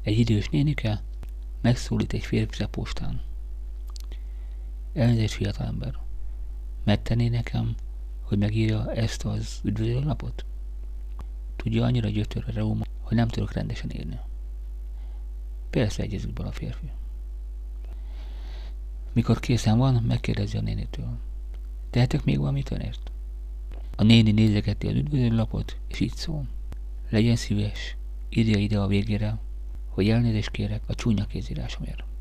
Egy idős nénike megszólít egy férfit a postán. Elnézést, fiatalember. Megtenné nekem, hogy megírja ezt az üdvözlőlapot? Tudja, annyira gyötör a reuma, hogy nem tudok rendesen írni. Persze, egyezik bele a férfi. Mikor készen van, megkérdezi a nénitől. Tehetek még valamit önért? A néni nézegeti az üdvözlőlapot, és így szól. Legyen szíves, írja ide a végére, hogy elnézést kérek a csúnya kézírásomért.